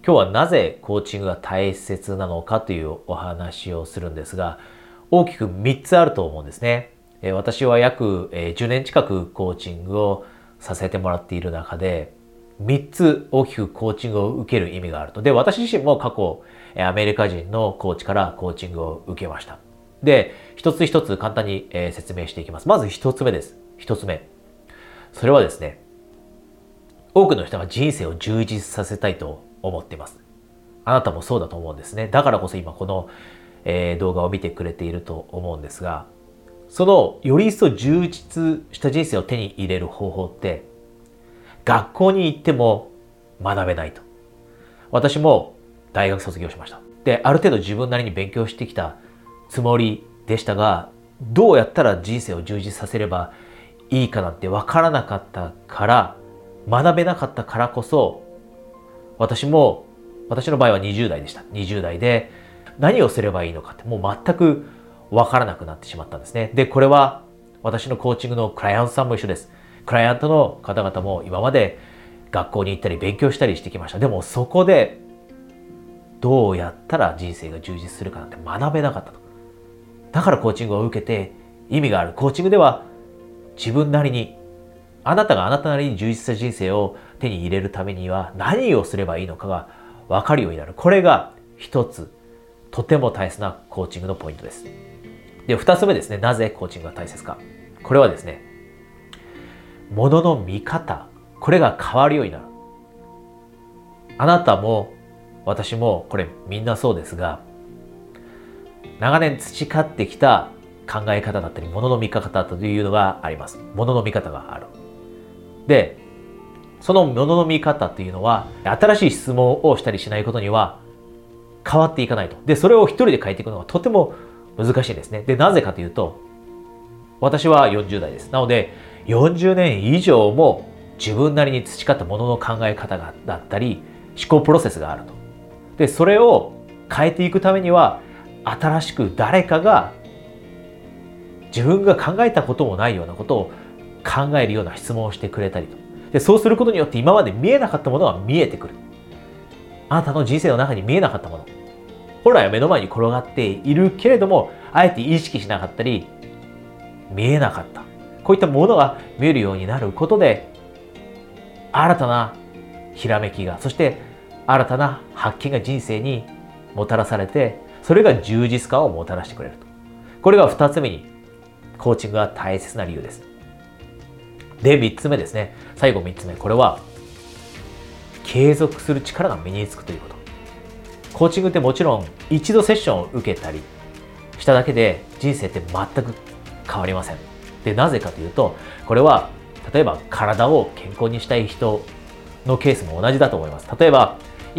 今日はなぜコーチングが大切なのかというお話をするんですが、大きく3つあると思うんですね。私は約10年近くコーチングをさせてもらっている中で、3つ大きくコーチングを受ける意味があると。で、私自身も過去、アメリカ人のコーチからコーチングを受けました。で、一つ一つ簡単に説明していきます。まず一つ目です。一つ目。それはですね、多くの人が人生を充実させたいと思っています。あなたもそうだと思うんですね。だからこそ今この、動画を見てくれていると思うんですが、そのより一層充実した人生を手に入れる方法って、学校に行っても学べないと。私も大学卒業しました。で、ある程度自分なりに勉強してきたつもりでしたが、どうやったら人生を充実させればいいかなんて分からなかったから、学べなかったからこそ、私の場合は20代でした。20代で何をすればいいのかってもう全く分からなくなってしまったんですね。で、これは私のコーチングのクライアントさんも一緒です。クライアントの方々も今まで学校に行ったり勉強したりしてきました。でもそこでどうやったら人生が充実するかなんて学べなかったと。だからコーチングを受けて意味がある。コーチングでは自分なりに、あなたがあなたなりに充実した人生を手に入れるためには何をすればいいのかが分かるようになる。これが一つとても大切なコーチングのポイントです。で、二つ目ですね。なぜコーチングが大切か。これはですね、物の見方、これが変わるようになる。あなたも私もこれみんなそうですが、長年培ってきた考え方だったり物の見方というのがあります。物の見方がある。で、その物の見方というのは新しい質問をしたりしないことには変わっていかないと。で、それを一人で変えていくのがとても難しいですね。で、なぜかというと、私は40代です。なので、40年以上も自分なりに培ったものの考え方だったり、思考プロセスがあると。で、それを変えていくためには、新しく誰かが自分が考えたこともないようなことを考えるような質問をしてくれたりと。で、そうすることによって今まで見えなかったものが見えてくる。あなたの人生の中に見えなかったもの。本来は目の前に転がっているけれども、あえて意識しなかったり、見えなかった。こういったものが見えるようになることで、新たなひらめきが、そして新たな発見が人生にもたらされて、それが充実感をもたらしてくれると。これが二つ目に、コーチングが大切な理由です。で、三つ目ですね。最後三つ目。これは、継続する力が身につくということ。コーチングってもちろん一度セッションを受けたりしただけで人生って全く変わりません。で、なぜかというと、これは例えば体を健康にしたい人のケースも同じだと思います。例えば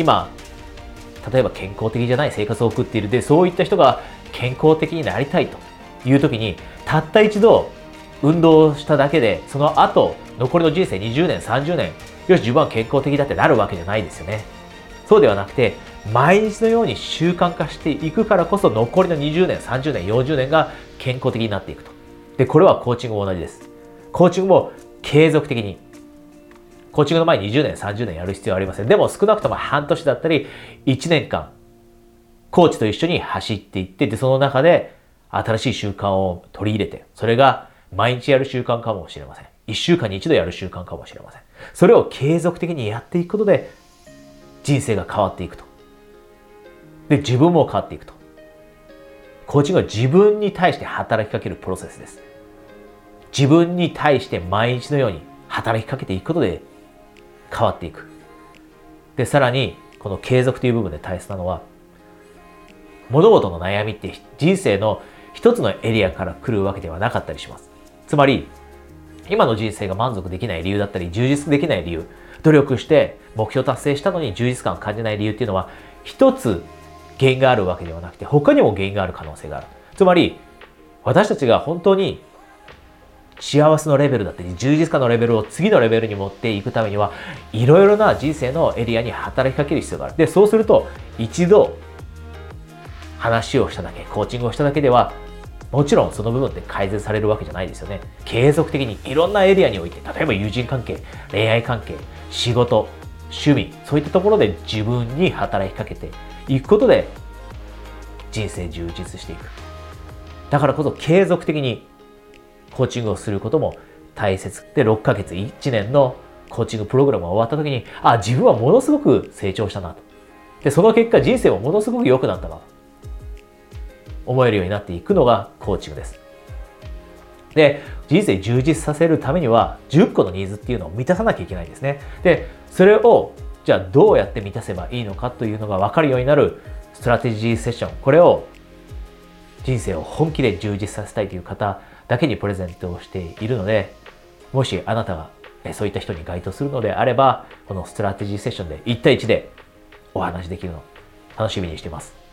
健康的じゃない生活を送っている。で、そういった人が健康的になりたいという時に、たった一度運動しただけで、その後残りの人生20年、30年、よし自分は健康的だってなるわけじゃないですよね。そうではなくて、毎日のように習慣化していくからこそ、残りの20年、30年、40年が健康的になっていくと。で、これはコーチングも同じです。コーチングも継続的に。コーチングの前に20年、30年やる必要はありません。でも少なくとも半年だったり、1年間、コーチと一緒に走っていって、で、その中で新しい習慣を取り入れて、それが毎日やる習慣かもしれません。1週間に1度やる習慣かもしれません。それを継続的にやっていくことで、人生が変わっていくと。で、自分も変わっていくと。コーチングは自分に対して働きかけるプロセスです。自分に対して毎日のように働きかけていくことで変わっていく。で、さらに、この継続という部分で大切なのは、物事の悩みって人生の一つのエリアから来るわけではなかったりします。つまり、今の人生が満足できない理由だったり、充実できない理由、努力して目標達成したのに充実感を感じない理由っていうのは、一つ原因があるわけではなくて、他にも原因がある可能性がある。つまり、私たちが本当に幸せのレベルだったり、充実感のレベルを次のレベルに持っていくためには、いろいろな人生のエリアに働きかける必要がある。で、そうすると、一度話をしただけ、コーチングをしただけでは、もちろんその部分って改善されるわけじゃないですよね。継続的にいろんなエリアにおいて、例えば友人関係、恋愛関係、仕事、 趣味、そういったところで自分に働きかけていくことで人生充実していく。だからこそ継続的にコーチングをすることも大切で、6ヶ月1年のコーチングプログラムが終わった時に、自分はものすごく成長したなと。で、その結果人生もものすごく良くなったなと思えるようになっていくのがコーチングです。で、人生充実させるためには10個のニーズっていうのを満たさなきゃいけないんですね。で、それをじゃあどうやって満たせばいいのかというのが分かるようになるストラテジーセッション、これを人生を本気で充実させたいという方だけにプレゼントをしているので、もしあなたがそういった人に該当するのであれば、このストラテジーセッションで1対1でお話できるのを楽しみにしています。